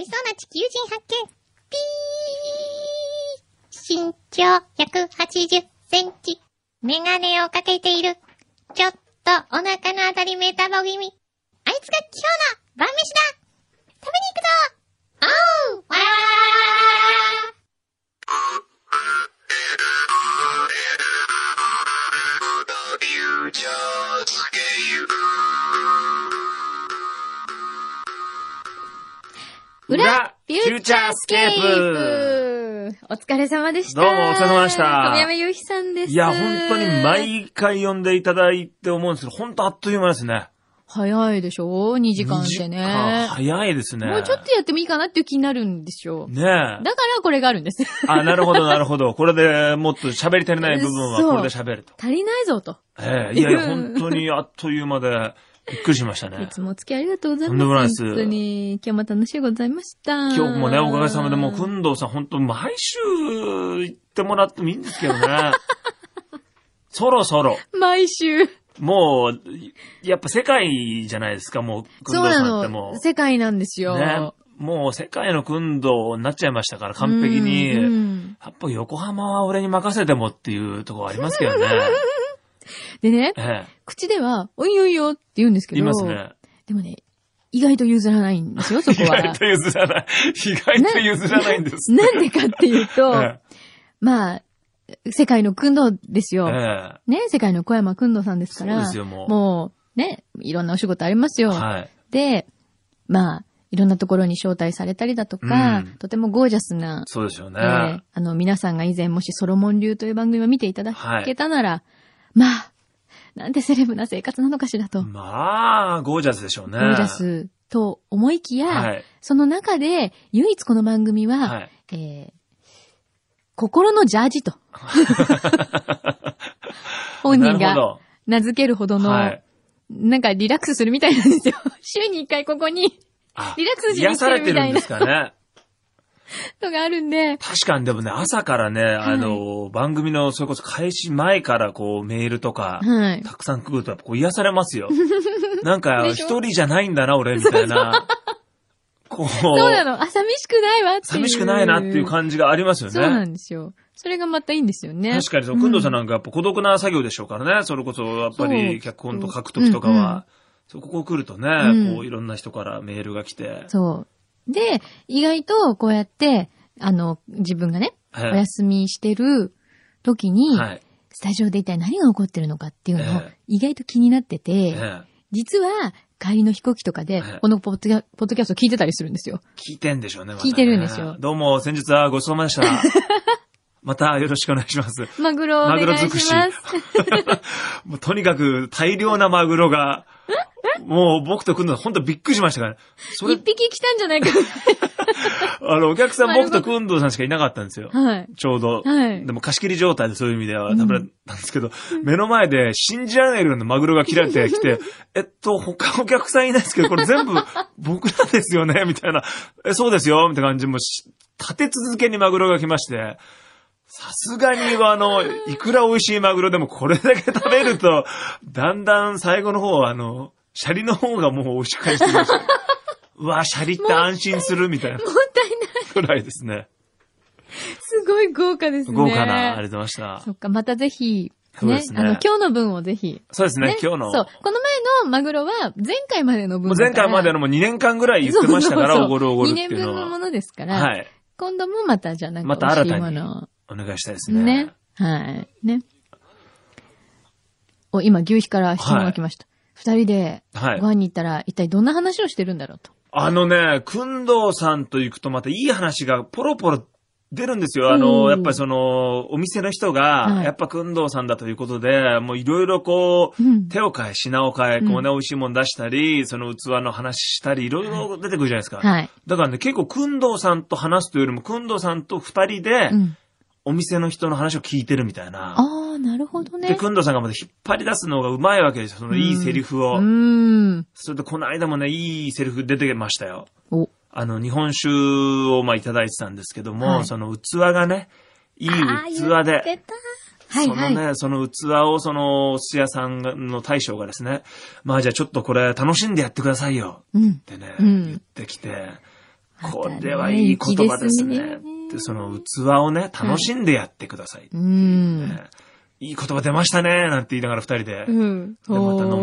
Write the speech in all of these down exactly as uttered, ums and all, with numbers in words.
りそうな地球人発見。ピー。身長ひゃくはちじゅっセンチ。メガネをかけている。ちょっとお腹のあたりメタボ気味。あいつが今日の晩飯だ。食べに行くぞ。おうわー裏フューチャースケープ。 お疲れ様でした。 どうもお疲れ様でした。 富山雄飛さんです。 いや、本当に毎回呼んでいただいて思うんですけど、本当あっという間ですね。 早いでしょ ?に 時間でね。 早いですね。 もうちょっとやってもいいかなっていう気になるんですよ。 ねえ。 だからこれがあるんです。 あ、なるほどなるほど。これでもっと喋り足りない部分はこれで喋ると。 足りないぞと。 ええ、いやいや、本当にあっという間で、びっくりしましたね。 いつもお付き合いありがとうございます。 とんでもないです。 本当に、今日も楽しいございました。 今日もね、おかげさまでもう、くんどうさん本当毎週行ってもらってもいいんですけどね。そろそろ。 毎週。 もう、やっぱ世界じゃないですか、もう、くんどうさんってもう。 そうなの。世界なんですよ。 ね。もう世界のくんどうになっちゃいましたから、完璧に。うんうん、やっぱ横浜は俺に任せてもっていうところありますけどね。 でね、 ええ、 口では、おいおいよって言うんですけど。 言いますね。 でもね、意外と譲らないんですよ、そこは。 意外と譲らない。意外と譲らないんです。 な、なんでかっていうと、ええ、まあ、世界のくんどうですよ。ええ、ね、世界の小山くんどうさんですから。 そうですよ、もう。 もう、ね、いろんなお仕事ありますよ。 はい。 で、まあ、いろんなところに招待されたりだとか、うん、とてもゴージャスな。 そうですよね。 えー、あの、皆さんが以前もしソロモン流という番組を見ていただけたなら、はい、まあ、なんてセレブな生活なのかしらと。 まあ、ゴージャスでしょうね。 ゴージャスと思いきや、はい、その中で唯一この番組は、はい、えー、心のジャージと。本人が名付けるほどの、はい、なんかリラックスするみたいなんですよ。週に一回ここにリラックスしに来てるみたいな。 癒されてるんですかね。 のがあるんで。 確かにでもね、朝からね、はい、あの、番組のそれこそ開始前からこうメールとか、はい、たくさん来るとやっぱこう癒されますよ。なんか一人じゃないんだな、俺、みたいな。こう。 そうなの。あ、寂しくないわっていう。 寂しくないなっていう感じがありますよね。 そうなんですよ。それがまたいいんですよね。 確かにそう、くんどうさんなんかやっぱ孤独な作業でしょうからね。それこそやっぱり脚本と書くときとかは、そここ来るとね、うん、こういろんな人からメールが来て。 そう。で、意外とこうやって、あの、自分がね、はい、お休みしてる時に、はい、スタジオで一体何が起こってるのかっていうのを意外と気になってて、えー、実は帰りの飛行機とかで、このポッドキャ、ポッドキャスト聞いてたりするんですよ。 聞いてんでしょうね、またね。 聞いてるんですよ。 どうも、先日はごちそうさまでした。またよろしくお願いします。 マグロをお願いします。マグロ尽くし。 もうとにかく大量なマグロが、もう僕と来るの本当びっくりしましたから、ね。 それ一匹来たんじゃないか。 あの、お客さん僕とくんどうさんしかいなかったんですよ。 はい。 ちょうど。 はい。 でも貸し切り状態でそういう意味では食べられたんですけど、うん、目の前で信じられないようなマグロが切られてきて、えっと、他お客さんいないですけど、これ全部僕なんですよねみたいな。え、そうですよみたいな感じもし、立て続けにマグロが来まして、さすがにあの、いくら美味しいマグロでもこれだけ食べると、だんだん最後の方あの、シャリの方がもう美味しく感じてきました。うわ、シャリって安心するみたいな。 もったいない。 くらいですね。 すごい豪華ですね。 豪華な、ありがとうございました。 そっか、またぜひ、 そうですね。 あの、今日の分をぜひ。 そうですね、ね今日の。 そう。この前のマグロは、前回までの分だから。前回までのもうにねんかんぐらい言ってましたから、おごるおごるっていうのは。 にねんぶんのものですから。 はい。 今度もまた、じゃあなんか、 また新たにお願いしたいですね。 ね。はい。ね。お、今、牛皮から質問が来ました。二、はい、人で、ご飯に行ったら、一体どんな話をしてるんだろうと。 あのね、くんどうさんと行くとまたいい話がポロポロ出るんですよ。あの、やっぱりその、お店の人が、やっぱくんどうさんだということで、もういろいろこう、うん、手を変え、品を変え、こうね、美味しいもの出したり、その器の話したり、いろいろ出てくるじゃないですか。 はい。 だからね、結構くんどうさんと話すというよりも、くんどうさんと二人で、うん、お店の人の話を聞いてるみたいな。 ああ、なるほどね。 で、くんどうさんがまた引っ張り出すのがうまいわけですよ。そのいいセリフを。 うん。 それで、この間もね、いいセリフ出てましたよ。 お。 あの、日本酒をまあいただいてたんですけども、はい、その器がね、いい器で、 はいはい、 そのね、その器をそのお寿司屋さんの大将がですね、まあじゃあちょっとこれ楽しんでやってくださいよ。うん、ってね、うん、言ってきて、 これはいい言葉ですね。でその器をね、楽しんでやってください。はい、うん、ね。いい言葉出ましたね、なんて言いながら二人で。うん。で、また飲むっていう。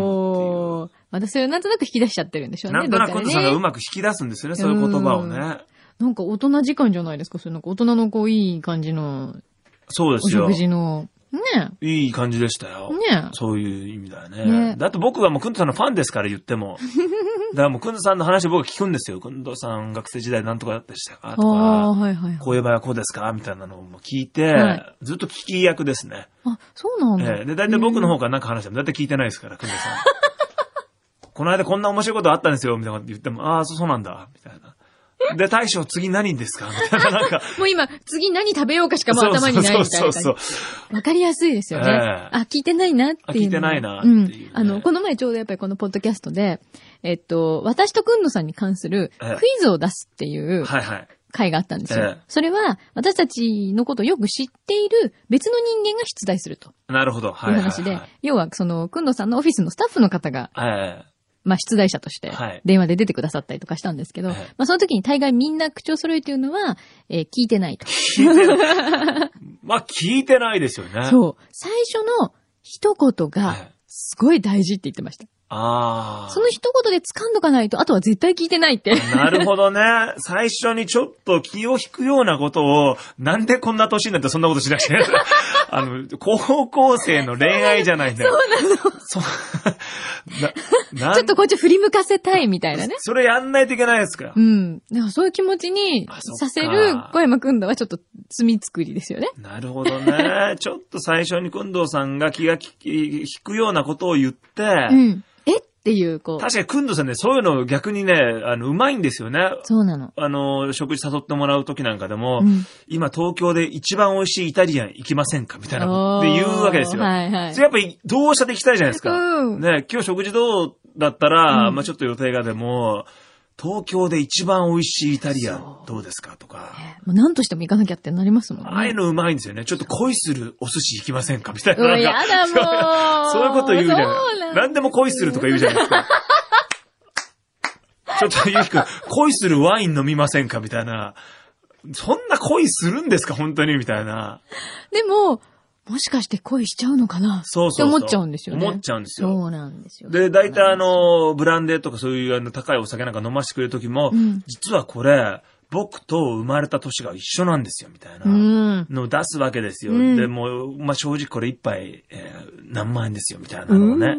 またそれをなんとなく引き出しちゃってるんでしょうね。 なんとなくくんどさんがうまく引き出すんですよね、そういう言葉をね。 なんか大人時間じゃないですか、それなんか大人のこういい感じの。 そうですよ。 お食事の。ねいい感じでしたよ。 ねそういう意味だよね。ねだって僕はもうくんどさんのファンですから言っても。だからもうくんどさんの話を僕は聞くんですよ。くんどさん学生時代なんとかだったでしたかとか、はいはい、こういう場合はこうですかみたいなのを聞いて、はい、ずっと聞き役ですね。 あ、そうなんだ。 えー、で、だいたい僕の方からなんか話してもだいたい聞いてないですから、くんどさん。この間こんな面白いことあったんですよ、みたいなこと言っても、ああ、そうなんだ、みたいな。で、大将次何ですかみたいな、なんか。 もう今、次何食べようかしかもう頭にないみたいな。そうそうそう。わかりやすいですよね。えー、あ、聞いてないなっていう。 聞いてないなっていう、ね。 うん。あの、この前ちょうどやっぱりこのポッドキャストで、えっと、私とくんどさんに関するクイズを出すっていう、はいはい。会があったんですよ。えー、それは、私たちのことをよく知っている別の人間が出題すると。 なるほど。はい。 いう話で、はいはいはい、要は、その、くんどさんのオフィスのスタッフの方が、はいまあ、出題者として、電話で出てくださったりとかしたんですけど、はい、まあ、その時に大概みんな口を揃えて言うのは、えー、聞いてないと。 聞いてない。まあ、聞いてないですよね。 そう。最初の一言が、すごい大事って言ってました。ああ。その一言で掴んどかないと、あとは絶対聞いてないって。 なるほどね。最初にちょっと気を引くようなことを、なんでこんな年になってそんなことしなきゃいけないあの、高校生の恋愛じゃないんだよ。 そうなの。そうなちょっとこっち振り向かせたいみたいなね。 それやんないといけないですか。 うん。だからそういう気持ちにさせる小山くんどはちょっと罪作りですよね。 なるほどね。ちょっと最初にくんどさんが気が引くようなことを言って、うんっていう、こう。 確かに、くんどさんね、そういうの逆にね、あの、うまいんですよね。 そうなの。 あの、食事誘ってもらう時なんかでも、うん、今東京で一番美味しいイタリアン行きませんかみたいなことって言うわけですよ。はいはい。それやっぱり、どうしたって行きたいじゃないですか。うん。ね、今日食事どうだったら、うん、まあちょっと予定がでも、東京で一番美味しいイタリアンどうですかとか。 もう何としても行かなきゃってなりますもんね。 ああいうのうまいんですよね。ちょっと恋するお寿司行きませんかみたいな。 うやだもう。そういうこと言うじゃない。何でも恋するとか言うじゃないですか。ちょっとゆうきくん、恋するワイン飲みませんかみたいな。そんな恋するんですか本当にみたいな。 でも、もしかして恋しちゃうのかなそうそうそうって思っちゃうんですよね。 思っちゃうんですよ。 そうなんですよ。 で、大体あの、ブランデーとかそういうあの高いお酒なんか飲ませてくれるときも、うん、実はこれ、僕と生まれた年が一緒なんですよ、みたいなのを出すわけですよ。うん、で、もう、まあ、正直これ一杯、えー、何万円ですよ、みたいなのをね、うん、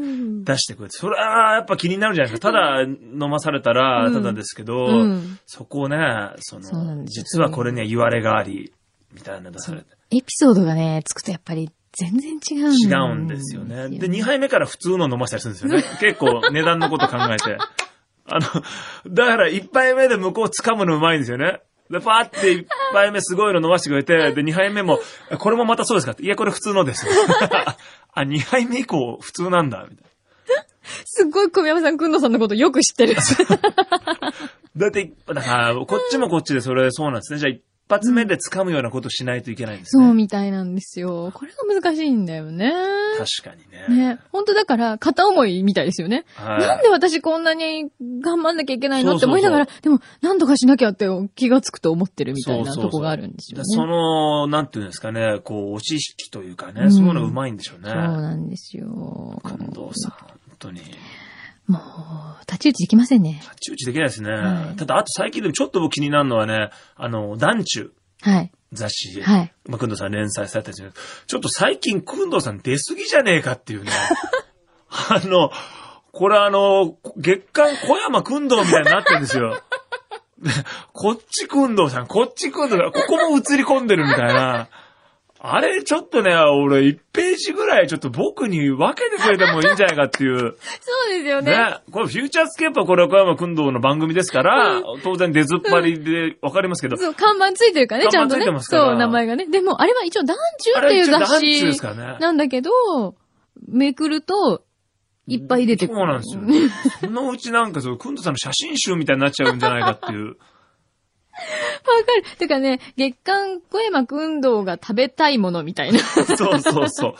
出してくれて。それはやっぱ気になるじゃないですか。ただ飲まされたら、ただですけど、うん、そこをね、その、実はこれには言われがあり、みたいな出されて。 エピソードがね、つくとやっぱり全然違うん違うんですよね。で、にはいめから普通の飲ませたりするんですよね。結構値段のこと考えて。あの、だから一杯目で向こう掴むのうまいんですよね。で、パーって一杯目すごいの飲ませてくれて、で、二杯目も、これもまたそうですかいや、これ普通のです。あ、二杯目以降普通なんだ、みたいな。 すっごい小宮山さん、くんのさんのことよく知ってる。 だって、だから、こっちもこっちでそれそうなんですね。じゃあ、一発目で掴むようなことしないといけないんですね。 そうみたいなんですよ。これが難しいんだよね。 確かにね。 ね。本当だから、片思いみたいですよね。はい、なんで私こんなに頑張んなきゃいけないのって思いながら、そうそうそうでも、何とかしなきゃって気がつくと思ってるみたいなとこがあるんですよね。 そうそうそうその、なんていうんですかね、こう、押し引きというかね、うん、そういうのうまいんでしょうね。そうなんですよ。 近藤さん、本当に。 もう、立ち打ちできませんね。 立ち打ちできないですね。はい、ただ、あと最近でもちょっと僕気になるのはね、あの、団中。はい。雑誌。はい。まあ、くんどさん連載されたりする。ちょっと最近、くんどさん出過ぎじゃねえかっていうね。あの、これあの、月刊小山くんどうみたいになってるんですよ。こっちくんどうさん、こっちくんどうさん、ここも映り込んでるみたいな。あれ、ちょっとね、俺、いちページぐらい、ちょっと僕に分けてくれてもいいんじゃないかっていう。そうですよね。ね。 これ、フューチャースケープはこれは小山くんどうの番組ですから、うん、当然出ずっぱりで分かりますけど。 そう、看板ついてるからね、ちゃんとね。そう、名前がね。でも、あれは一応、団中っていう雑誌ですからね。なんだけど、めくると、いっぱい出てくる。 そうなんですよね。そのうちなんかそう、くんどさんの写真集みたいになっちゃうんじゃないかっていう。 わかる。てかね、月刊小山くんどうが食べたいものみたいな。 そうそうそう。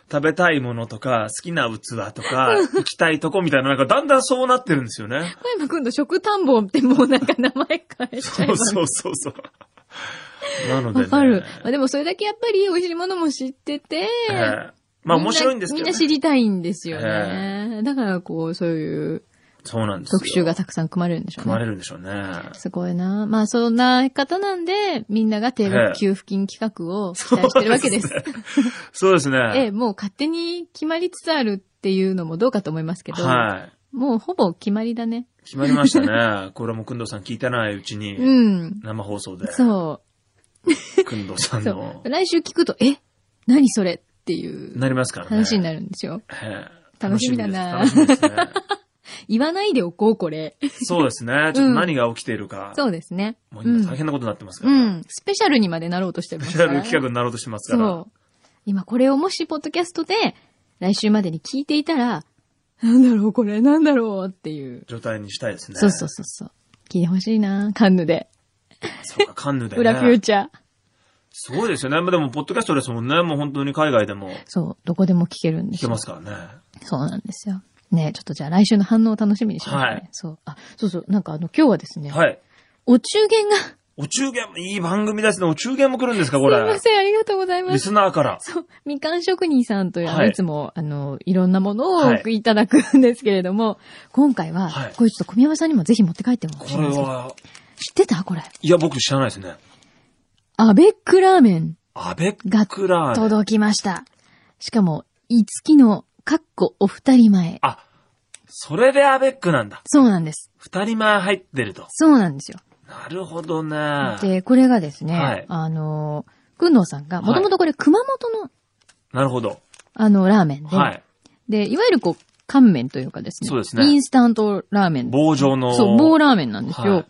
食べたいものとか、好きな器とか、行きたいとこみたいな、なんかだんだんそうなってるんですよね。 小山くんの食探訪ってもうなんか名前変えちゃいます。 そうそうそうそう。なのでね。 わかる。まあ、でもそれだけやっぱり美味しいものも知ってて、 えー、まあ面白いんですけど、ね、 みんな知りたいんですよね。えー、だからこう、そういう、 そうなんですよ。 特集がたくさん組まれるんでしょうね。 組まれるんでしょうね。 すごいな。まあそんな方なんで、みんなが定額給付金企画を期待してるわけです。 そうですね。 ええ、もう勝手に決まりつつあるっていうのもどうかと思いますけど、 はい。 もうほぼ決まりだね。 決まりましたね。これもくんどうさん聞いてないうちに、うん、生放送で。 そう。 くんどうさんの。 来週聞くと、え何それっていう。 なりますからね。 話になるんですよ。楽しみだな。 楽しみですね。 言わないでおこう、これ。 そうですね。ちょっと何が起きているか。 うん、そうですね。 もう今大変なことになってますから。 うん。スペシャルにまでなろうとしてますから。 スペシャル企画になろうとしてますから。そう。 今これをもしポッドキャストで来週までに聞いていたら、なんだろうこれ、なんだろうっていう。 状態にしたいですね。 そうそうそうそう。聞いてほしいな、カンヌで。 そうか、カンヌでね。 裏フューチャー。 すごいですよね。でも、ポッドキャストですもんね。もう本当に海外でも。 そう、どこでも聞けるんですよ。 聞けますからね。 そうなんですよ。ね、ちょっとじゃあ来週の反応を楽しみにしましょうね。はい。そう。あ、そうそう。なんかあの、今日はですね。 はい。 お中元が。 お中元もいい番組ですね。お中元も来るんですか、これ。 すいません、ありがとうございます。 リスナーから。 そう。みかん職人さんという、はい、いつも、あの、いろんなものをいただくんですけれども、はい、今回は、はい、これちょっと小宮山さんにもぜひ持って帰ってもらいます。これは。知ってたこれ。 いや、僕知らないですね。 アベックラーメン。 アベックラーメン。 届きました。しかも、いつきの、かっこお二人前。 あ、それでアベックなんだ。 そうなんです。 二人前入ってると。 そうなんですよ。 なるほどね。 で、これがですね、はい、あの、くんのうさんが、もともとこれ熊本の、はい、 なるほど。 あの、ラーメンで、はい、で、いわゆるこう、乾麺というかですね。 そうですね。 インスタントラーメン。 棒状の。 そう、棒ラーメンなんですよ。はい、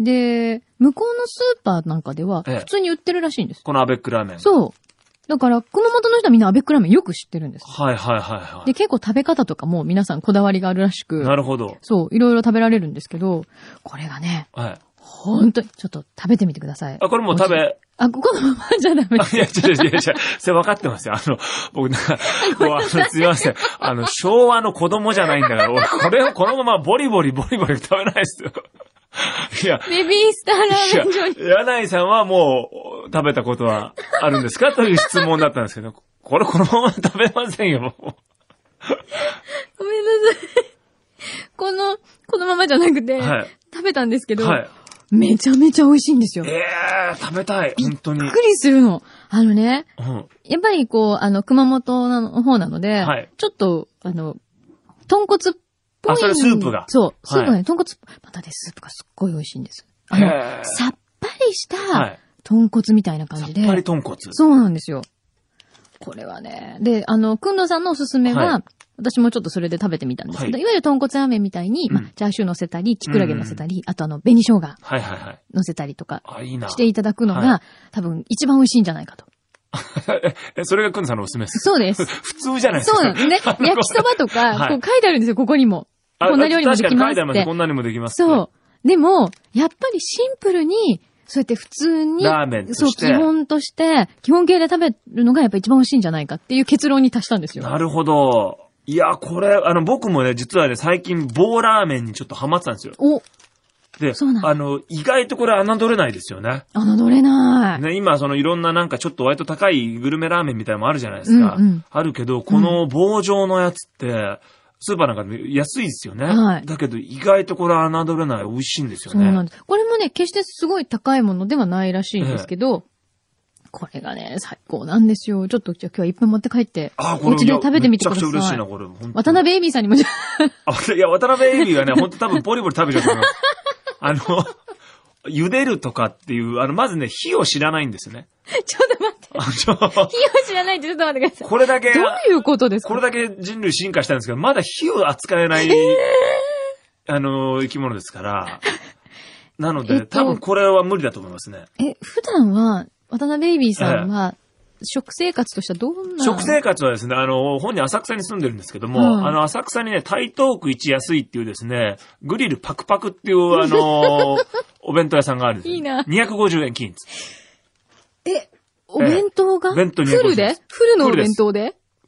で、向こうのスーパーなんかでは、普通に売ってるらしいんです。ええ、 このアベックラーメン。 そう。だから、熊本の人はみんなアベックラーメンよく知ってるんです。 はいはいはいはい。 で、結構食べ方とかも皆さんこだわりがあるらしく。 なるほど。 そう、いろいろ食べられるんですけど、これがね、はい。ほんとに、ちょっと食べてみてください。 あ、これもう食べ。 あ、ここのままじゃダメ。 いや、違う違う違う。それ分かってますよ。あの、僕なんか、もうあの、すいません。あの、昭和の子供じゃないんだから、俺、これをこのままボリボリボリボリ食べないですよ。いや。 ベビースターラーメン状に。 柳井さんはもう、食べたことはあるんですかという質問だったんですけど、これこのまま食べませんよ、もう。ごめんなさい。 この、このままじゃなくて、はい、食べたんですけど、はい、めちゃめちゃ美味しいんですよ。 ええー、食べたい、本当に。 びっくりするの。あのね、うん、やっぱりこう、あの、熊本の方なので、はい、ちょっと、あの、豚骨っぽい。 あ、それスープが。 そう、スープがね、はい、豚骨、またね、スープがすっごい美味しいんです。あの、さっぱりした、豚骨みたいな感じで。 さっぱり豚骨。 そうなんですよ。これはね。で、あの、くんどさんのおすすめは、はい、私もちょっとそれで食べてみたんですけど、はい、いわゆる豚骨ラーメンみたいに、うん、まあ、チャーシュー乗せたり、キクラゲ乗せたり、うん、あとあの、紅生姜乗せたりとかしていただくのが、はいはい、多分一番美味しいんじゃないかと。 え、それがくんどさんのおすすめです。 そうです。 普通じゃないですか。 そうなんですね。焼きそばとか、はい、こう書いてあるんですよ、ここにも。こんな料理もできますって。確かに書いてあります。 こんなにもできます。 そう。でも、やっぱりシンプルに、そうやって普通に、 ラーメンとして。 そう、基本として、基本形で食べるのがやっぱ一番美味しいんじゃないかっていう結論に達したんですよ。 なるほど。いや、これ、あの、僕もね、実はね、最近棒ラーメンにちょっとハマってたんですよ。 おで、そうなんあの、意外とこれ侮れないですよね。 侮れない。 ね、今、そのいろんななんかちょっと割と高いグルメラーメンみたいなのもあるじゃないですか。うんうん、あるけど、この棒状のやつって、スーパーなんかで安いですよね。はい。だけど意外とこれ侮れない美味しいんですよね。 そうなんです。これもね、決してすごい高いものではないらしいんですけど、ええ、これがね、最高なんですよ。ちょっとじゃあ今日はいっぱい持って帰って、あ、これお家で食べてみてください。めちゃくちゃ嬉しいな、これ。渡辺エイビーさんにもじゃあ、いや、渡辺エイビーはね、ほんと多分ボリボリ食べちゃうと思います。あの、茹でるとかっていう、あの、まずね、火を知らないんですよね。 ちょっと待って。火を知らないってちょっと待ってください。 これだけ。 どういうことですか？ これだけ人類進化したんですけど、まだ火を扱えない、えー、あの、生き物ですから。なので、えっと、多分これは無理だと思いますね。 え、普段は、渡辺ベイビーさんは、食生活としてはどんな？ 食生活はですね、あの、本人浅草に住んでるんですけども、はい、あの、浅草にね、台東区一安いっていうですね、グリルパクパクっていう、あの、お弁当屋さんがあるんです。 いいな。 にひゃくごじゅうえん均一。 え、お弁当が、 弁当にフルでフルのお弁当で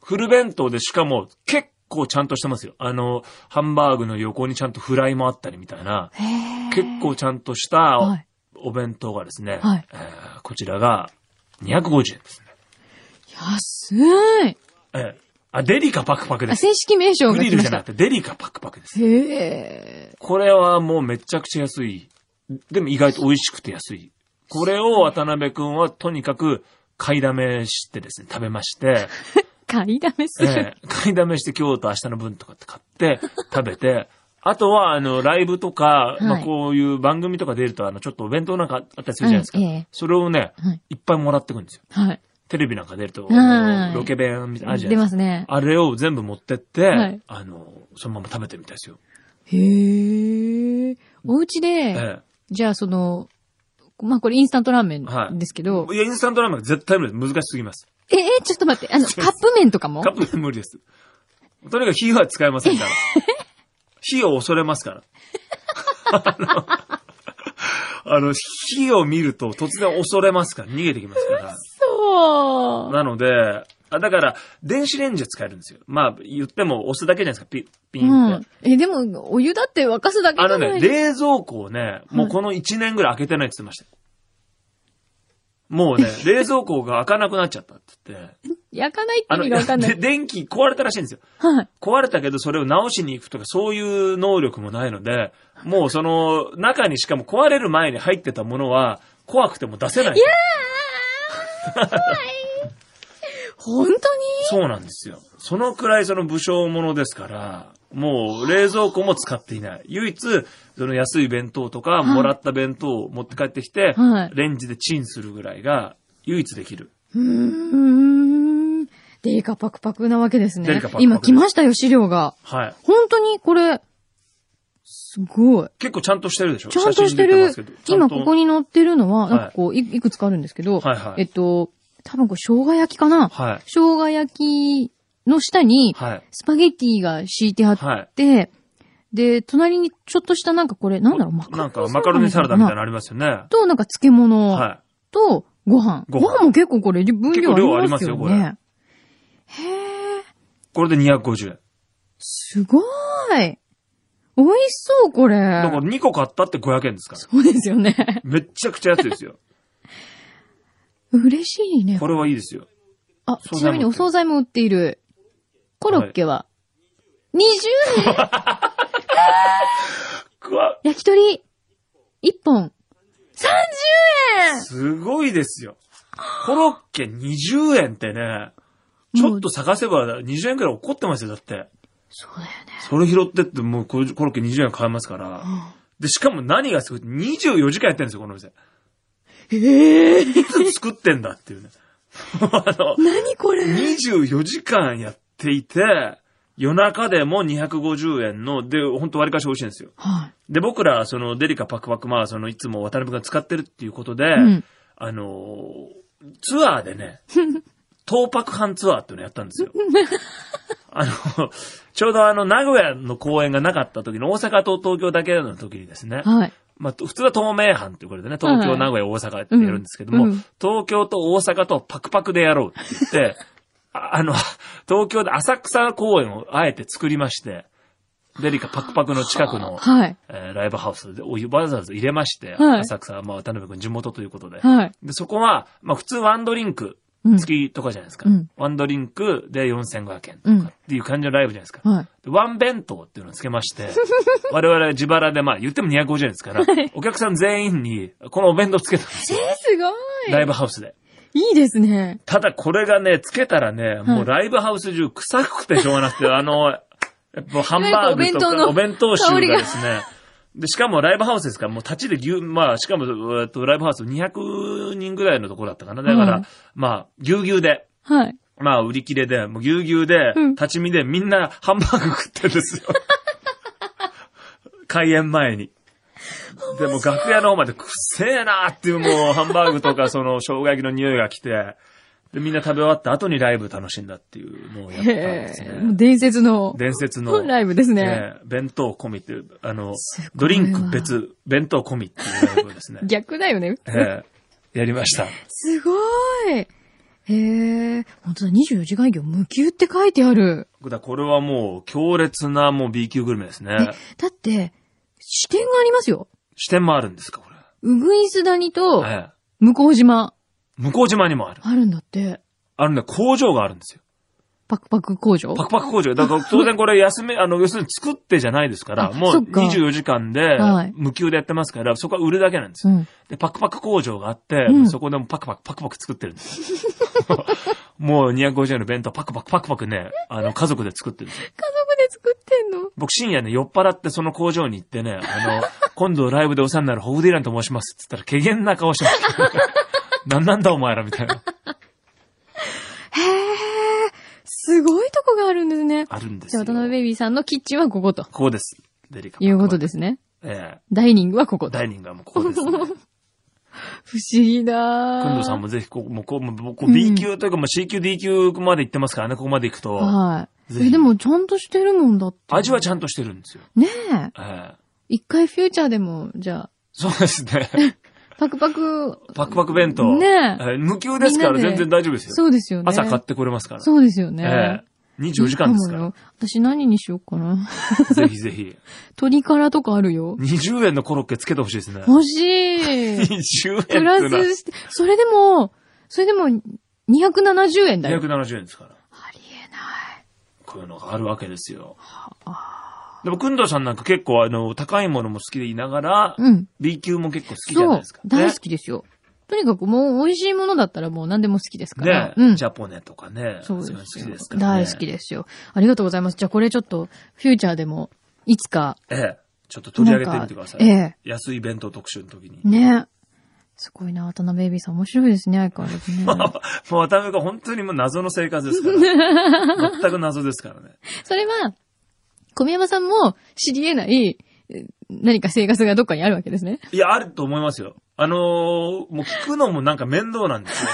フル弁当でしかも結構ちゃんとしてますよ。あの、ハンバーグの横にちゃんとフライもあったりみたいな、結構ちゃんとしたお弁当がですね、はいえー、こちらがにひゃくごじゅうえんですね。 安い。 えー、あ、デリカパクパクです。 正式名称が来ました。 グリルじゃなくてデリカパクパクです。 へー。 これはもうめちゃくちゃ安い。でも意外と美味しくて安い。これを渡辺くんはとにかく買いだめしてですね、食べまして。 買いだめする、 えー、買いだめして今日と明日の分とかって買って食べて、あとはあのライブとか、はい、まあこういう番組とか出るとあのちょっとお弁当なんかあったりするじゃないですか。はいえー、それをね、はい、いっぱいもらってくるんですよ。はい、テレビなんか出ると、はい、ロケ弁みたいなあるじゃないですか。出ますね。あれを全部持ってって、はい、あの、そのまま食べてみたいですよ。 へー。お家で、えー、じゃあその、まあこれインスタントラーメンですけど。 はい、いや、インスタントラーメン絶対無理です。難しすぎます。 え、え、ちょっと待って。あの、カップ麺とかもカップ麺無理です。とにかく火は使えませんから。火を恐れますから。あの、あの火を見ると突然恐れますから、逃げてきますから。 そう。 なので、あだから、電子レンジで使えるんですよ。まあ、言っても押すだけじゃないですか、ピッ、ピンって。 うん、え、でも、お湯だって沸かすだけじゃない。 あのね、冷蔵庫をね、もうこのいちねんぐらい開けてないって言ってました。もうね、冷蔵庫が開かなくなっちゃったって言って。 開かないって意味がわかんない。 で、電気壊れたらしいんですよ。はい。壊れたけどそれを直しに行くとかそういう能力もないので、もうその中にしかも壊れる前に入ってたものは怖くても出せない。いやー怖い。本当に？ そうなんですよ。そのくらいその武将ものですから、もう冷蔵庫も使っていない。唯一、その安い弁当とか、もらった弁当を持って帰ってきて、はい、レンジでチンするぐらいが唯一できる。 うーん。デリカパクパクなわけですね。デリカパクパク。今来ましたよ、資料が。はい。本当にこれ、すごい。 結構ちゃんとしてるでしょ？ ちゃんとしてる。今ここに載ってるのは、なんかこう、い, いくつかあるんですけど、はいはい、えっと、多分これ生姜焼きかな、はい、生姜焼きの下に、スパゲティが敷いてあって、はい、で、隣にちょっとしたなんかこれ、なんだろう、マカロニサラダ。 なんかマカロニサラダみたいなのありますよね。 と、なんか漬物。はい。と、ご飯。ご飯も結構これ、分量ありますよね。結構量ありますよ、これ。へー。 これでにひゃくごじゅうえん。 すごい。美味しそう、これ。 だからにこ買ったってごひゃくえんですから。 そうですよね。 めっちゃくちゃ安いですよ。 嬉しいね。 これはいいですよ。 あ、ちなみにお惣菜も売っている。コロッケは、にじゅうえん、焼き鳥、いっぽん、さんじゅうえんすごいですよ。コロッケにじゅうえんってね、ちょっと探せばにじゅうえんくらい怒ってますよ、だって。 そうだよね。 それ拾ってってもうコロッケにじゅうえん買えますから。うん、で、しかも何がすごいってにじゅうよじかんやってるんですよ、この店。 ええー。 いつ作ってんだっていうね。あの、 何これ ? にじゅうよじかんやっていて、夜中でもにひゃくごじゅうえんの、で、ほんと割かし美味しいんですよ。はい。で、僕ら、その、デリカパクパク、まあ、その、いつも渡辺が使ってるっていうことで、うん、あの、ツアーでね、東泊班ツアーっていうのやったんですよ。あの、ちょうどあの、名古屋の公演がなかった時の大阪と東京だけの時にですね、はい。まあ、普通は東名阪っていうことでね、東京、名古屋、大阪ってやるんですけども、うんうん、東京と大阪とパクパクでやろうって言って、あ, あの、東京で浅草公演をあえて作りまして、デリカパクパクの近くの、はいえー、ライブハウスでお湯わざわざ入れまして、はい、浅草、まあ、渡辺君地元ということで、はい、で、そこは、まあ、普通ワンドリンク、月とかじゃないですか。うん、ワンドリンクでよんせんごひゃくえんとかっていう感じのライブじゃないですか。うんはい、ワン弁当っていうのをつけまして、我々自腹でまあ言ってもにひゃくごじゅうえんですから、はい、お客さん全員にこのお弁当つけたんですよ。 えー、すごい。 ライブハウスで。 いいですね。 ただこれがね、つけたらね、もうライブハウス中臭くてしょうがなくて、あの、やっぱハンバーグとかお弁当臭がですね、で、しかもライブハウスですから、もう立ちでぎゅう、まあ、しかも、えっと、ライブハウスにひゃくにんぐらいのところだったかな。だから、うん、まあ、ぎゅうぎゅうで。はい。まあ、売り切れで、もうぎゅうぎゅうで、うん、立ち見でみんなハンバーグ食ってるんですよ。開演前に。でも楽屋の方までくっせえなーっていうもうハンバーグとかその生姜焼きの匂いが来て、で、みんな食べ終わった後にライブ楽しんだっていうのをやったんですね。 伝説の。 伝説の。 ライブですね。 弁当込みっていう、あの、ドリンク別、弁当込みっていうライブですね。 逆だよね。 えー、やりました。 すごい。 へえ、本当だ、にじゅうよじかん営業無給って書いてある。 だこれはもう強烈なもう B 級グルメですね。 だって、支店がありますよ。 支店もあるんですか、これ。 うぐいす谷と、向島、 ええ。向島にもある。 あるんだって。 あるね、工場があるんですよ。 パクパク工場パクパク工場。だから当然これ休め、あの、要するに作ってじゃないですから、もうにじゅうよじかんで無給でやってますから、そこは売るだけなんですよ。うん、で、パクパク工場があって、うん、そこでもパクパクパクパク作ってるんですよ。もうにひゃくごじゅうえんの弁当パクパクパクパクね、あの、家族で作ってるんですよ。 家族で作ってんの？ 僕深夜ね、酔っ払ってその工場に行ってね、あの、今度ライブでお世話になるホフディランと申しますって言ったら、怪訝な顔してます。なんなんだお前らみたいな。 へー。すごいとこがあるんですね。 あるんですよ。 じゃあ、渡辺ベイビーさんのキッチンはここと。 ここです。デリカ。 いうことですね。 ええ。 ダイニングはここと。 ダイニングはもうここですね。不思議だー。 くんどさんもぜひ、ここ、もうこう、もうこう B 級というか、まあ C 級、D 級まで行ってますからね、ここまで行くと。 はい。え、でもちゃんとしてるもんだって。 味はちゃんとしてるんですよ。 ねえ。ええ。一回フューチャーでも、じゃあ。 そうですね。 パクパク。 パクパク弁当。 ねえ。 無給ですから全然大丈夫ですよ。 そうですよね。 朝買ってこれますから。 そうですよね。 ええ。にじゅうよじかんですから。 私何にしようかな。 ぜひぜひ。 鶏辛とかあるよ。 にじゅうえんのコロッケつけてほしいですね。 欲しい。 にじゅうえんプラスして、それでも、それでもにひゃくななじゅうえんだよ。 にひゃくななじゅうえんですから。 ありえない。 こういうのがあるわけですよ。はあ、でも、くんどうさんなんか結構あの、高いものも好きでいながら、うん、B 級も結構好きじゃないですか。 そう、大好きですよ。とにかくもう美味しいものだったらもう何でも好きですから。 ね、うん、ジャポネとかね。 そうですよ。 好きですからね。 大好きですよ。ありがとうございます。じゃあこれちょっと、フューチャーでも、いつか。 ええ。ちょっと取り上げてみてください。ええ。安い弁当特集の時に。 ね。すごいな、渡辺ベイビーさん面白いですね、相変わらずね。 もう渡辺が本当にもう謎の生活ですから。全く謎ですからね。 それは、小宮山さんも知り得ない、何か生活がどっかにあるわけですね。 いや、あると思いますよ。あのー、もう聞くのもなんか面倒なんですよ。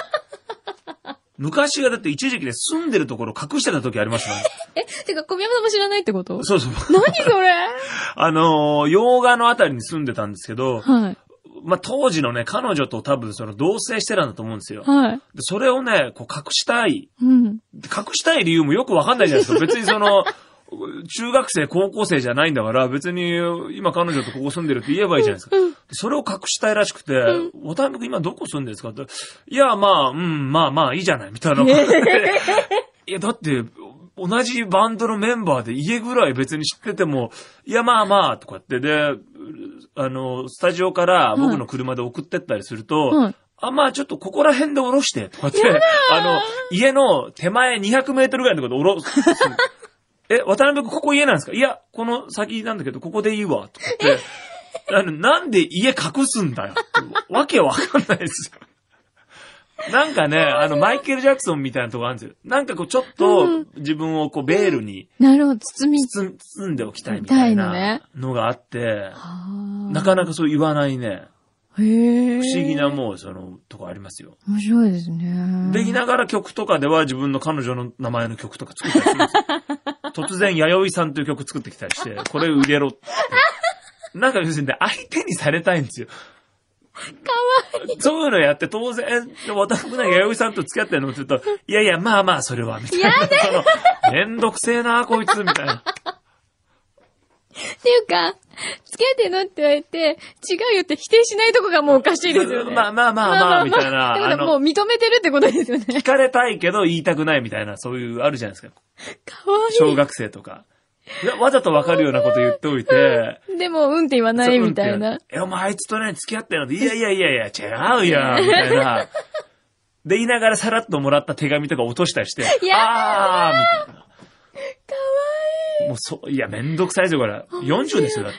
昔はだって一時期で住んでるところ隠してた時ありましたね。 え、てか小宮山さんも知らないってこと？ そうそう。 何それあのー、洋画のあたりに住んでたんですけど、 はい。 まあ、当時のね、彼女と多分その同棲してたんだと思うんですよ。 はい。 でそれをね、こう隠したい。 うん。 隠したい理由もよくわかんないじゃないですか。別にその、中学生、高校生じゃないんだから、別に今彼女とここ住んでるって言えばいいじゃないですか。うん、それを隠したいらしくて、うん、渡辺君今どこ住んでるんですかって、いや、まあ、うん、まあまあいいじゃない、みたいな。いや、だって、同じバンドのメンバーで家ぐらい別に知ってても、いや、まあまあ、とかって、で、あの、スタジオから僕の車で送ってったりすると、うん、あ、まあちょっとここら辺で降ろして、とかって、あの、家の手前にひゃくメートルぐらいのところで降ろす。え、渡辺君ここ家なんですか？いや、この先なんだけど、ここでいいわ。とかって、あの、なんで家隠すんだよ。わけわかんないですよ。なんかね、あの、マイケル・ジャクソンみたいなとこあるんですよ。なんかこう、ちょっと自分をこう、ベールに、 うん、なるほど、包み、 包んでおきたいみたいなのがあって、なかなかそう言わないね。 へー。 不思議なもう、その、とこありますよ。 面白いですね。 できながら曲とかでは自分の彼女の名前の曲とか作ったりするんですよ。突然、弥生さんという曲作ってきたりして、これ入れろって。なんか要するにね、相手にされたいんですよ。 かわいい。 そういうのやって当然、私もね、弥生さんと付き合ってるのって言うと、いやいや、まあまあ、それは、みたいな。 やだめんどくせえな、こいつ、みたいな。 っていうか、付き合ってんのって言われて、違うよって否定しないとこがもうおかしいですよね。 まあまあまあまあ、みたいな。 でももう認めてるってことですよね。 聞かれたいけど言いたくないみたいな、そういうあるじゃないですか。 かわいい。 小学生とか。いや、わざとわかるようなこと言っておいて。 でも、うんって言わないみたいな。 え、お前あいつとね、付き合ってるので、いやいやいやいや、違うよ、みたいな。で、言いながらさらっともらった手紙とか落としたりして、あー、みたいな。 かわいい。 もうそ、いや、めんどくさいですよ、これ。よんじゅうですよ、だって。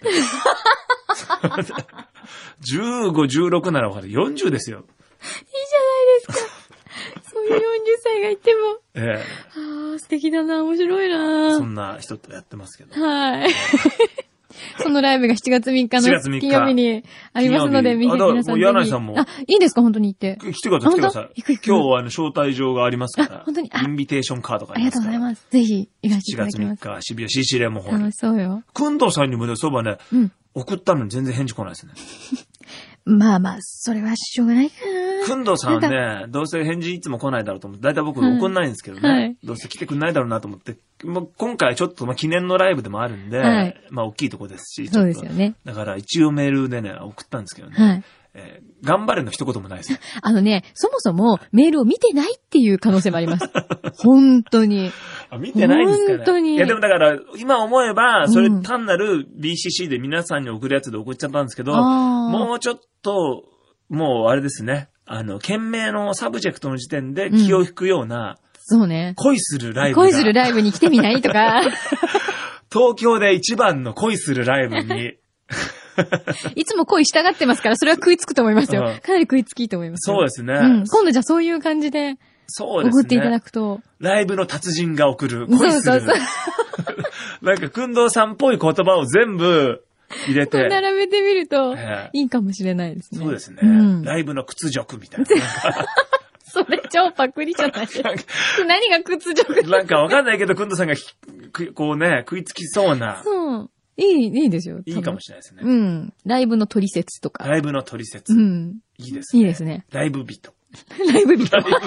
じゅうご、じゅうろくならわかる。よんじゅうですよ。いいじゃないですか。そういうよんじゅっさいがいても。 ええ。 ああ、素敵だな、面白いな。 そんな人とやってますけど。 はい。そのライブがしちがつみっかの金曜日にありますので、皆さんぜひ。 もう柳井さんも。 あ、いいですか本当に行って。 来てください、来てください。 行く行く。 今日はあの、招待状がありますから。 本当に。 インビテーションカードがありますから。 ありがとうございます。ぜひ、いらしていただきます。 しちがつみっか、渋谷シーシーレモンホール。 楽しそうよ。 くんどうさんにもね、そうばね、うん、送ったのに全然返事来ないですね。 まあまあ、それはしょうがないかな。 くんどうさんはね、どうせ返事いつも来ないだろうと思って、だいたい僕送んないんですけどね。はい、どうせ来てくんないだろうなと思って、もう今回ちょっとまあ記念のライブでもあるんで、はい、まあ大きいとこですし、 そうですよね。 だから一応メールでね、送ったんですけどね。はい、えー、頑張れの一言もないですね。 あのね、そもそもメールを見てないっていう可能性もあります。本当に。 あ、見てないんですかね。 本当に。 いやでもだから、今思えば、それ単なる ビーシーシー で皆さんに送るやつで送っちゃったんですけど、うん、もうちょっと、もうあれですね。あの、件名のサブジェクトの時点で気を引くような、うん、 そうね。 恋するライブが。 恋するライブに来てみないとか。 東京で一番の恋するライブに。 いつも恋したがってますから、それは食いつくと思いますよ。うん、かなり食いつきいいと思います。 そうですね。 うん。今度じゃあそういう感じで、そうですね。送っていただくと。 ライブの達人が送る恋する。そうそうそう。なんか、くんどうさんっぽい言葉を全部入れて。 並べてみると、いいかもしれないですね。 そうですね。うん、ライブの屈辱みたいな。 それ超パクリじゃないですか。何が屈辱なんかわかんないけど、くんどうさんがこうね、食いつきそうな。 そう。いい、いいですよ。 いいかもしれないですね。 うん。ライブの取説とか。 ライブの取説。 うん。 いいですね。 いいですね。 ライブ人。 ライブ人。 ライブ人。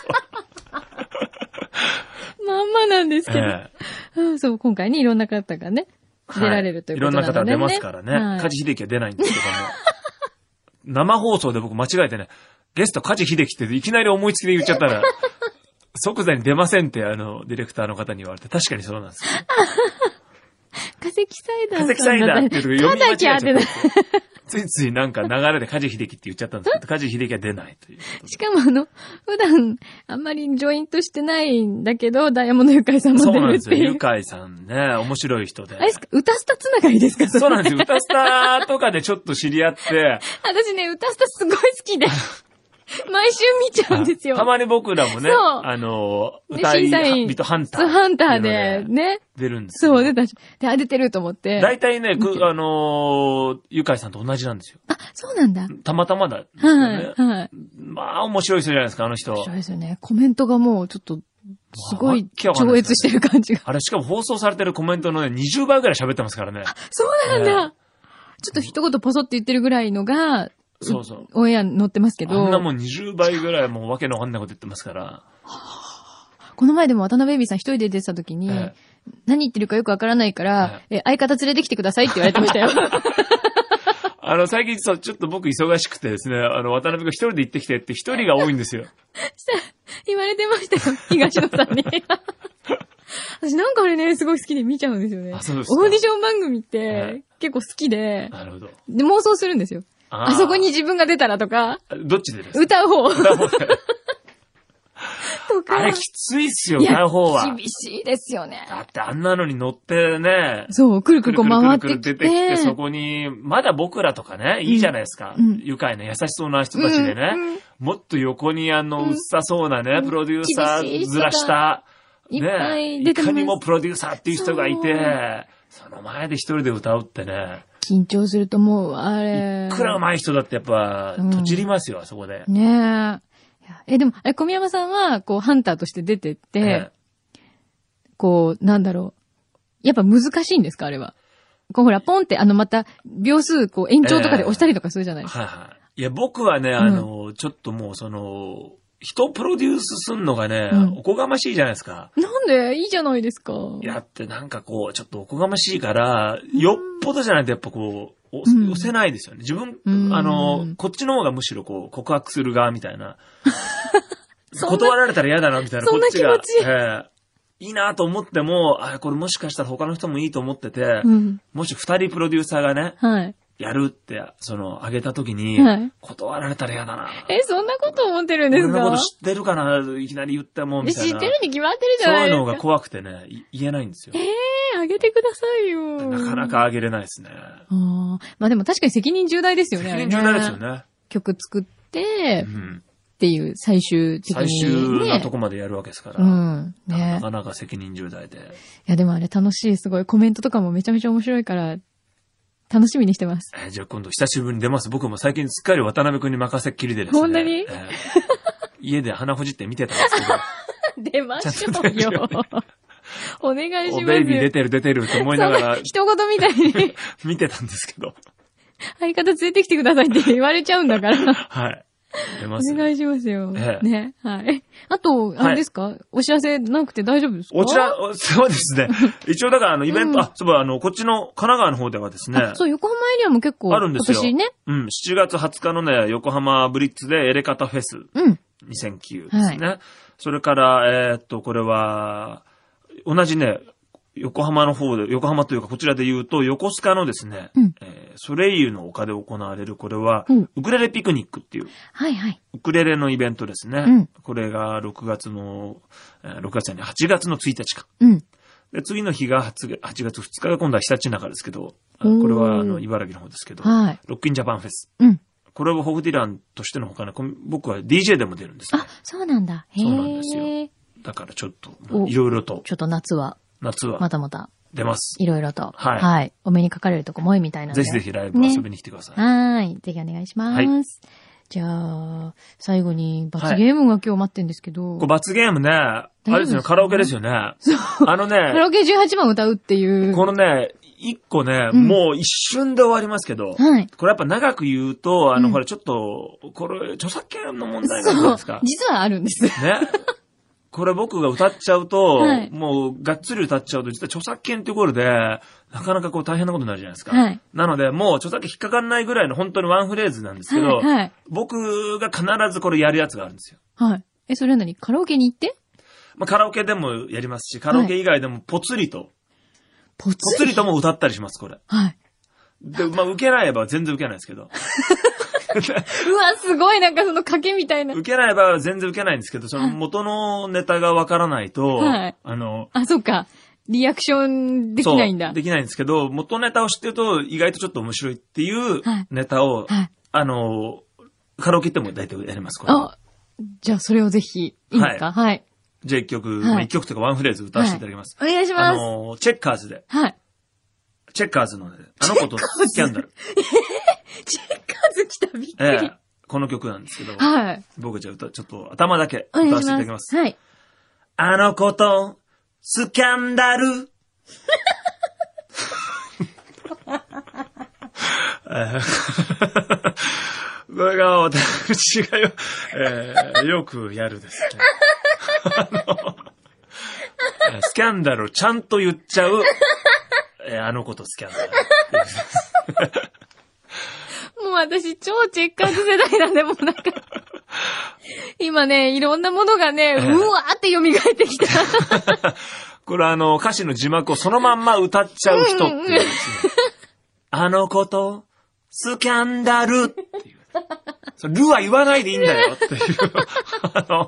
まんまなんですけど、えーそう、今回ね、いろんな方がね、出られるということなので、ね。いろんな方出ますからね。はい、梶秀樹は出ないんですけども。生放送で僕間違えてね、ゲスト梶秀樹っていきなり思いつきで言っちゃったら、即座に出ませんって、あの、ディレクターの方に言われて、確かにそうなんですよ。 化石サイダーさん化石サイダーっていうとこ読み間違えちゃった。 ついついなんか流れで梶秀樹って言っちゃったんですけど、梶秀樹は出ないという。 しかもあの、普段あんまりジョイントしてないんだけど、ダイヤモンドユカイさんも出るっていう。そうなんですよ。 ユカイさんね、面白い人で。 あれですか、歌スタつながりですか？ そうなんですよ。歌スタとかでちょっと知り合って。 私ね、歌スタすごい好きで。毎週見ちゃうんですよ。 たまに僕らもね、あの、歌い人ハンター。 ハンターでね。 出るんですよ。そう、出たし。で、あ、出てると思って。 大体ね、あの、ゆかいさんと同じなんですよ。 あ、そうなんだ。 たまたまだ、ね。はい、はい。まあ、面白い人じゃないですか、あの人。 面白いですよね。コメントがもう、ちょっと、すごい、超越してる感じが。 あれ、しかも放送されてるコメントのね、にじゅうばいぐらい喋ってますからね。 あ、そうなんだ。えー、ちょっと一言ポソって言ってるぐらいのが、 そうそう。 オンエア載ってますけど。 あんなもんにじゅうばいぐらいもうわけのわかんないこと言ってますから。 この前でも渡辺ベイビーさん一人で出てた時に、ええ、何言ってるかよくわからないから、ええ、相方連れてきてくださいって言われてましたよ。 あの、最近そう、ちょっと僕忙しくてですね、あの、渡辺が一人で行ってきてって一人が多いんですよ。 したら、言われてましたよ、東野さんに。私なんかあれね、すごい好きで見ちゃうんですよね。 あ、そうですか。 オーディション番組って、結構好きで、 なるほど。 で、妄想するんですよ。あ, あそこに自分が出たらとか。 どっちでですか？ 歌う方。歌う方とか。 あれきついっすよ、歌う方は。 厳しいですよね。 だってあんなのに乗ってね。 そう、くるくるこう回ってきて。 くるくる出てきて、そこに、まだ僕らとかね、いいじゃないですか。うん、愉快な優しそうな人たちでね。うんうん、もっと横にあの、うっさそうなね、うん、プロデューサーずらした。 ね、いっぱい出てます。 いかにもプロデューサーっていう人がいて、その前で一人で歌うってね。 緊張すると思う、あれ。 いくら上手い人だってやっぱ、とちりますよ、うん、あそこで。 ねえ。え、でも、あれ、小宮山さんは、こう、ハンターとして出てって、ええ、こう、なんだろう。やっぱ難しいんですか、あれは。こう、ほら、ポンって、あの、また、秒数、こう、延長とかで押したりとかするじゃないですか。 ええ、はいはい。いや、僕はね、あの、うん、ちょっともう、その、人プロデュースすんのがね、うん、おこがましいじゃないですか。 なんで？いいじゃないですか。 いやってなんかこう、ちょっとおこがましいから、よっぽどじゃないとやっぱこう、押、うん、せないですよね。自分、あの、こっちの方がむしろこう、告白する側みたいな。断られたら嫌だなみたいな、 こっちが。そんな気持ち。 えーいいなと思っても、あ、これもしかしたら他の人もいいと思ってて、うん、もし二人プロデューサーがね、はい、やるって、その、あげたときに、はい、断られたら嫌だな。 え、そんなこと思ってるんですか？ そんなこと知ってるかな、いきなり言っても、みたいな。 知ってるに決まってるじゃないですか。 そういうのが怖くてね、言えないんですよ。 ええー、あげてくださいよ。 なかなかあげれないですね。 あまあでも確かに責任重大ですよね。 責任重大ですよね。 曲作って、うんっていう最終的に、ね。 最終なとこまでやるわけですから。うんね、なかなか責任重大で。いやでもあれ楽しい、すごいコメントとかもめちゃめちゃ面白いから、楽しみにしてます。 えー、じゃあ今度久しぶりに出ます。僕も最近すっかり渡辺くんに任せっきりでですね。 本当に、えー、 家で鼻ほじって見てたんですけど。出ましょうよ。お願いします。 おベイビー出てる出てると思いながら。 一言みたいに。 見てたんですけど。 相方連れてきてくださいって言われちゃうんだから。 はい。 出ます。 お願いしますよ。 ええ、 ね。はい。あと、あれですか、はい、お知らせなくて大丈夫ですか？ おちら、そうですね。一応だからあの、イベント、うん、あ、そういえばあの、こっちの神奈川の方ではですね。 そう、横浜エリアも結構。 あるんですよ。 今年ね。 うん。しちがつはつかのね、横浜ブリッツでエレカタフェス。うん。にせんきゅうですね。はい、それから、えー、っと、これは、同じね、横浜の方で、横浜というかこちらで言うと、横須賀のですね、うん、えー、ソレイユの丘で行われる、これは、うん、ウクレレピクニックっていう、 はいはい。 ウクレレのイベントですね。うん、これがろくがつの、えー、ろくがつじゃない、はちがつのついたちか。うん、で、次の日がはちがつふつかが今度はひたちなかですけど、これはあの、茨城の方ですけど、はい、ロックインジャパンフェス。うん、これはホフディランとしてのほかね、僕は ディージェー でも出るんですね。 あ、そうなんだ。へー。 そうなんですよ。だからちょっと、いろいろと。 ちょっと夏は。 夏は。 またまた。 出ます。 いろいろと。 はい。 はい。お目にかかれるとこも多いみたいなので。 ぜひぜひライブ遊びに来てください。 ね、はい。ぜひお願いします。はい。じゃあ、最後に罰ゲームが今日待ってるんですけど。 これ罰ゲームね、あれですよね、カラオケですよね。 そう。 あのね。 カラオケじゅうはちばん歌うっていう。 このね、一個ね、うん、もう一瞬で終わりますけど、はい、これやっぱ長く言うと、あの、うん、ほら、ちょっと、これ、著作権の問題があるんですか？ 実はあるんです。 ね。これ僕が歌っちゃうと、はい、もう、がっつり歌っちゃうと、実は著作権っていうところで、なかなかこう大変なことになるじゃないですか。はい、なので、もう著作権引っかかんないぐらいの本当にワンフレーズなんですけど、はいはい、僕が必ずこれやるやつがあるんですよ。 はい。え、それは何？カラオケに行って？ まあ、カラオケでもやりますし、カラオケ以外でもぽつりと、はい、ぽつり？ぽつりとも歌ったりします、これ。はい。で、まあ、受けないば全然受けないですけど。 うわ、すごい、なんかその賭けみたいな。 受けない場合は全然受けないんですけど、その元のネタがわからないと、はい、あの、 あ、そうか。リアクションできないんだ。 そう、できないんですけど、元ネタを知ってると意外とちょっと面白いっていうネタを、はいはい、あの、カラオケ行っても大体やります、これ。 あ、じゃあそれをぜひ、いいですか？はい。はい、 じゃあ一曲、はい、一曲とかワンフレーズ歌わせていただきます。 はい、お願いします。 あの、チェッカーズで。はい。チェッカーズのね、あの子とスキャンダル。 チェッカーズ来た、びっくり。ええ、 この曲なんですけど、 はい。 僕じゃあ歌、ちょっと頭だけ歌わせていただきます。 はい。 あの子とスキャンダル。これが私がよ、えー、よくやるですね。あのスキャンダルをちゃんと言っちゃう、えー、あの子とスキャンダル。 もう私超チェッカーズ世代なんで、もうなんか、今ね、いろんなものがね、うわーって蘇ってきた。 これあの、歌詞の字幕をそのまんま歌っちゃう人っていうですね。あの子とスキャンダルっていう。それルは言わないでいいんだよっていう。あの、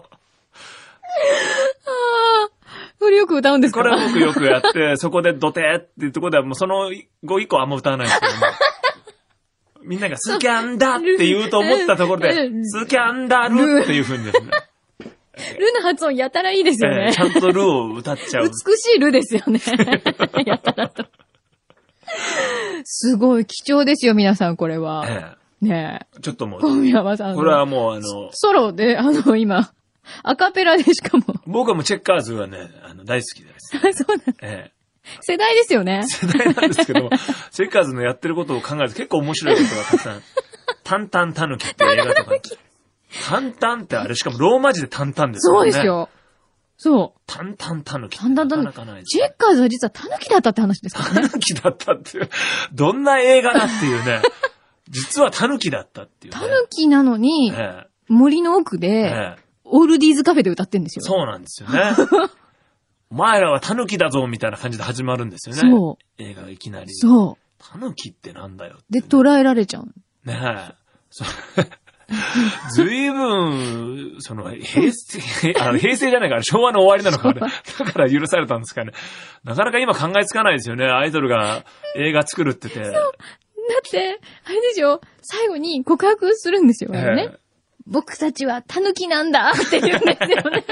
これよく歌うんですか？ これ僕よくやって、そこでドテーっていうところではもうその後以降あんま歌わないんですけども。みんながスキャンダって言うと思ったところで、スキャンダルっていう風にですね。 ルの発音やたらいいですよね。 えー、ちゃんとルを歌っちゃう。 美しいルですよね。やたらと。すごい貴重ですよ、皆さん、これは。えー、ねえ。 ちょっともう。 小宮山さん。 これはもうあの。 ソロで、あの、今、アカペラでしかも。 僕はもうチェッカーズはね、あの、大好きです、 ね。そうなんです。えー世代ですよね。 世代なんですけど、チェッカーズのやってることを考えると結構面白いことがたくさん。タンタンタヌキって映画とか。タンタンってあれしかもローマ字でタンタンですよね。 そうですよ。そう。 タンタンタヌキ。 タンタンタヌキ。チェッカーズは実はタヌキだったって話ですからね。 タヌキだったっていう。どんな映画だっていうね。実はタヌキだったっていう、ね。 タヌキなのに、ええ、森の奥で、ええ、オールディーズカフェで歌ってるんですよ。 そうなんですよね。お前らはタヌキだぞみたいな感じで始まるんですよね。そう。映画がいきなり。 そう。 タヌキってなんだよって、 ね。で、捉えられちゃう。 ねえ。それずいぶん、その、平成、あの、平成じゃないから昭和の終わりなのか、ね、だから許されたんですかね。なかなか今考えつかないですよね。アイドルが映画作るってて。そう。だって、あれでしょ、最後に告白するんですよ、ね。えー、僕たちはタヌキなんだって言うんですよね。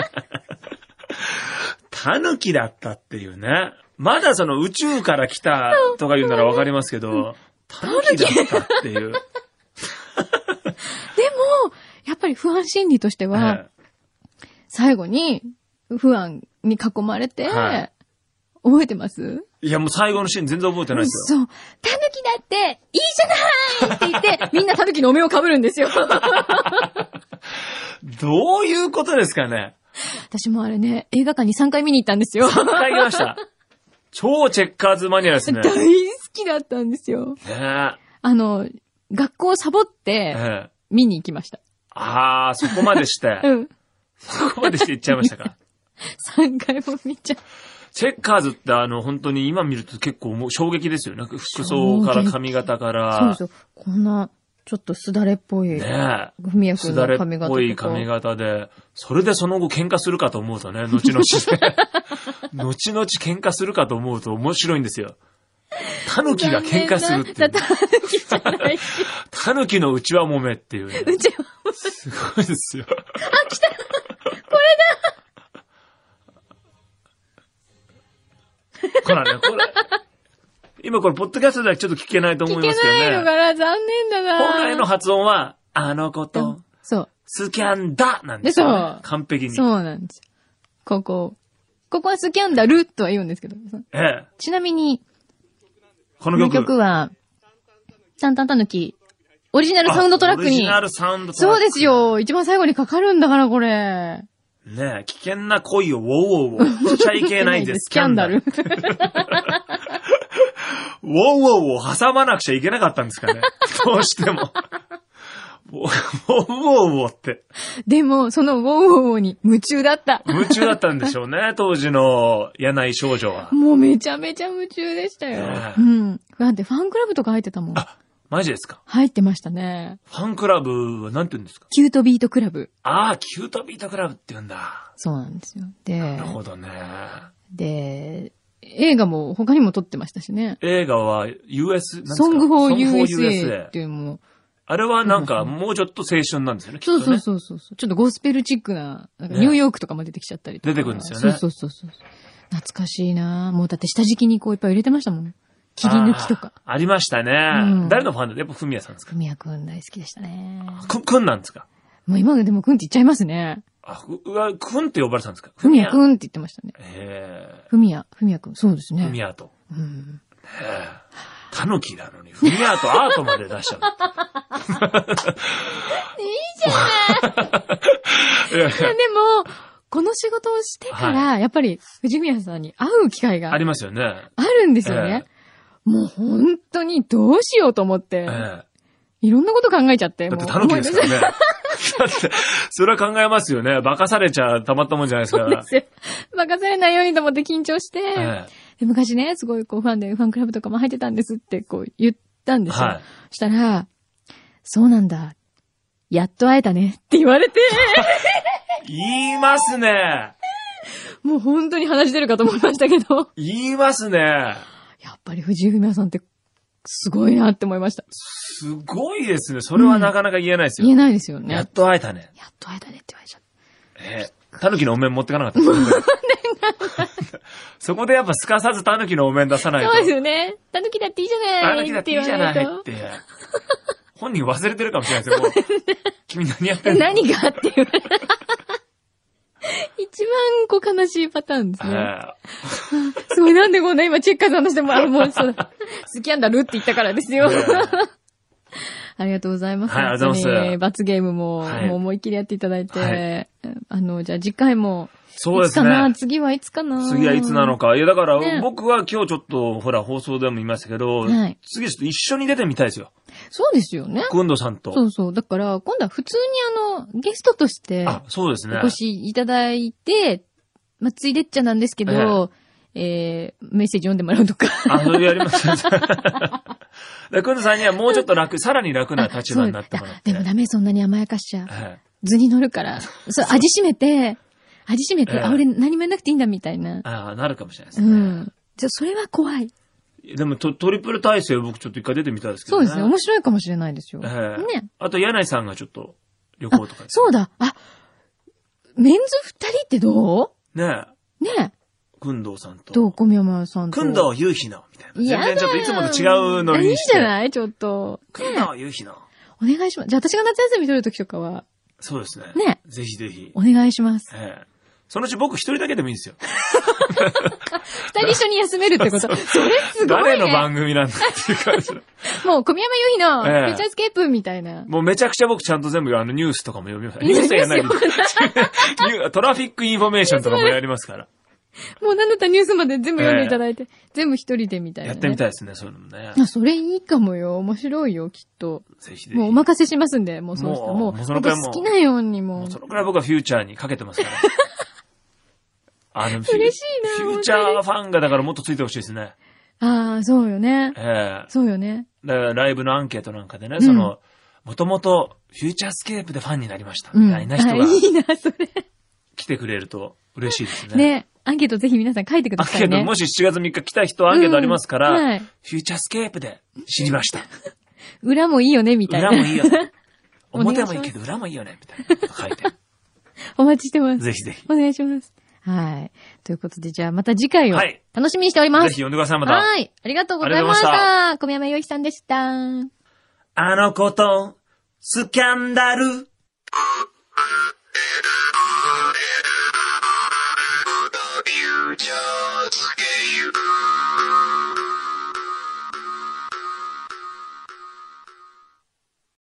タヌキだったっていうね。まだその宇宙から来たとか言うならわかりますけど、タヌキだったっていう。でも、 やっぱり不安心理としては、ええ、最後に不安に囲まれて、はい、覚えてます？ いやもう最後のシーン全然覚えてないですよ。 そう。タヌキだって、いいじゃないって言って、みんなタヌキのお面を被るんですよ。 どういうことですかね。 私もあれね、映画館にさんかい見に行ったんですよ。 さんかい行きました。超チェッカーズマニアですね。 大好きだったんですよ。 ねえ。 あの、学校をサボって、見に行きました。 ええ、ああ、そこまでして。うん。そこまでして行っちゃいましたか。 さんかいも見ちゃう。 チェッカーズってあの、本当に今見ると結構もう衝撃ですよね。服装から髪型から。 そうそう。こんな、ちょっとすだれっぽい。ねえ。ふみやくんの髪型とか。すだれっぽい髪型で、それでその後喧嘩するかと思うとね、後々ね。後々喧嘩するかと思うと面白いんですよ。タヌキが喧嘩するっていう。 タヌキじゃないし。 タヌキの内輪もめっていう、ね。 内輪もめ。 すごいですよ。 あ、来たこれだほらね、これ。今これ、ポッドキャストではちょっと聞けないと思いますけどね。 聞けないのかな、残念だな。 本来の発音は、あのこと、 そう。 スキャンダなんですよ、ね。そう。完璧に。 そうなんですよ。ここ。ここはスキャンダルとは言うんですけど。 ええ。 ちなみに、 この曲。 この曲は、タンタンタヌキ、オリジナルサウンドトラックに。オリジナルサウンドトラック。 そうですよ。一番最後にかかるんだから、これ。 ねえ、危険な恋をウォーウォーウォーしちゃいけないんです。 スキャンダル。ウォーウォーウォー挟まなくちゃいけなかったんですかね。どうしても。ウォーウォーウォーって。 でも、そのウォーウォーウォーに夢中だった。 夢中だったんでしょうね、当時の柳井少女は。 もうめちゃめちゃ夢中でしたよ。ね、うん。だってファンクラブとか入ってたもん。 あ、マジですか？ 入ってましたね。 ファンクラブは何て言うんですか？ キュートビートクラブ。 ああ、キュートビートクラブって言うんだ。 そうなんですよ。で、 なるほどね。 で、映画も他にも撮ってましたしね。 映画は ユーエス、なんですか？ ソングフォー ユーエスエー っていうもう。 あれはなんかもうちょっと青春なんですよね、きっとね。 そうそうそうそう。ちょっとゴスペルチックな、なんかニューヨークとかも出てきちゃったりとか。 出てくるんですよね。 そうそうそう。懐かしいなもうだって下敷きにこういっぱい入れてましたもん。切り抜きとか。 あ, ありましたね。うん、誰のファンでやっぱふみやさんですか？ ふみやくん大好きでしたね。 く、くんなんですか？ もう今でもくんって言っちゃいますね。 あ、うわ、くんって呼ばれたんですか？ ふみやくんって言ってましたね。 へえ。 ふみや、ふみやくん。そうですね。 ふみやと。 うん。 へえ。タヌキなのに、ふみやとアートまで出しちゃう。 いいじゃないいや、でも、この仕事をしてから、はい、やっぱり藤宮さんに会う機会が。 ありますよね。 あるんですよね。えー、もう本当にどうしようと思って。えーいろんなこと考えちゃって。 だってタヌキですからね。だって、それは考えますよね。化かされちゃたまったもんじゃないですか。 そうですよ。化かされないようにと思って緊張して、ええ、で昔ね、すごいこうファンで、ファンクラブとかも入ってたんですってこう言ったんですよ。はい、そしたら、そうなんだ。やっと会えたねって言われて。 言いますね。 もう本当に話出るかと思いましたけど。 言いますね。 やっぱり藤井フミヤさんってすごいなって思いました。 すごいですね。それはなかなか言えないですよ。 うん、言えないですよね。 やっと会えたね。 やっと会えたねって言われちゃった。 えー、タヌキのお面持ってかなかったですか？そこでやっぱすかさずタヌキのお面出さないと。 そうですよね。タヌキだっていいじゃない。 タヌキだっていいじゃないって。本人忘れてるかもしれないですよ。もう君何やってんの？ 何がって言われた。一番こう悲しいパターンですね。すごい、なんでこんな今チェッカーズ話しても、あ、もうそうだ。スキャンダルって言ったからですよ。ありがとうございます。 はい、ありがとうございます。 罰ゲームも、はい、もう思いっきりやっていただいて、はい、あの、じゃあ次回も、 そうですね。 いつかな？次はいつかな？ 次はいつなのか。いや、だから、ね、僕は今日ちょっと、ほら、放送でも言いましたけど、はい、次ちょっと一緒に出てみたいですよ。 そうですよね。 くんどさんと。 そうそう。だから、今度は普通にあの、ゲストとして、 あ、そうですね。 お越しいただいて、まあ、ついでっちゃなんですけど、えー、えー、メッセージ読んでもらうとか。 あ、それやりますよ。くんどさんにはもうちょっと楽、さらに楽な立場になってもらって。 でもダメ、そんなに甘やかしちゃう。はい、図に乗るから。そう、味しめて、味しめて、えー、あ、俺何もやんなくていいんだみたいな。 ああ、なるかもしれないですね。 うん。じゃ、それは怖い。 でもト、トリプル体制僕ちょっと一回出てみたいですけどね。 そうですね。面白いかもしれないですよ。 えー、ね。あと、柳井さんがちょっと旅行とか、ね。 そうだ。あ、メンズ二人ってどう？ねえ。ねえ。 くんどうさんと。 と、小宮山さんと。 くんどうゆうひの、みたいな。全然ちょっといつもと違うのにして。 いいじゃないちょっと。 くんどうゆうひの。 お願いします。じゃあ私が夏休み取るときとかは。 そうですね。 ね。 ぜひぜひ。 お願いします。 ええ。 そのうち僕一人だけでもいいんですよ。 二人一緒に休めるってことそれすごいね。 誰の番組なんだっていう感じ。 もう、小宮山由依の、フューチャースケープみたいな。 もうめちゃくちゃ僕ちゃんと全部あのニュースとかも読みます。ニュースやないトラフィックインフォメーションとかもやりますから。 もうなんだったらニュースまで全部読んでいただいて、えー、全部一人でみたいな、ね。 やってみたいですね、そういうのもね。 あ、それいいかもよ。面白いよ、きっと。 ぜひぜひ。 もうお任せしますんで、もうそうしたら。もう、もうそのくらいもう好きなようにも。 もうそのくらい僕はフューチャーにかけてますから。あの、 嬉しいな。 フューチャーファンがだからもっとついてほしいですね。 ああ、そうよね。 ええー。 そうよね。 だからライブのアンケートなんかでね、うん、その、もともとフューチャースケープでファンになりました。みたいな人が。 うん、いいな、それ。 来てくれると嬉しいですね。 ね。アンケートぜひ皆さん書いてくださいね。 アンケート、もししちがつみっか来た人アンケートありますから、うんはい、フューチャースケープで知りました。 裏もいいよね、みたいな。 裏もいいよね。表もいいけど裏もいいよね、みたいなこと書いて。 お待ちしてます。 ぜひぜひ。 お願いします。はい。ということで、じゃあまた次回を楽しみにしております。はい、 ぜひ呼んでください、また。 はい。ありがとうございました。小宮山由依さんでした。 あの子と、スキャンダル。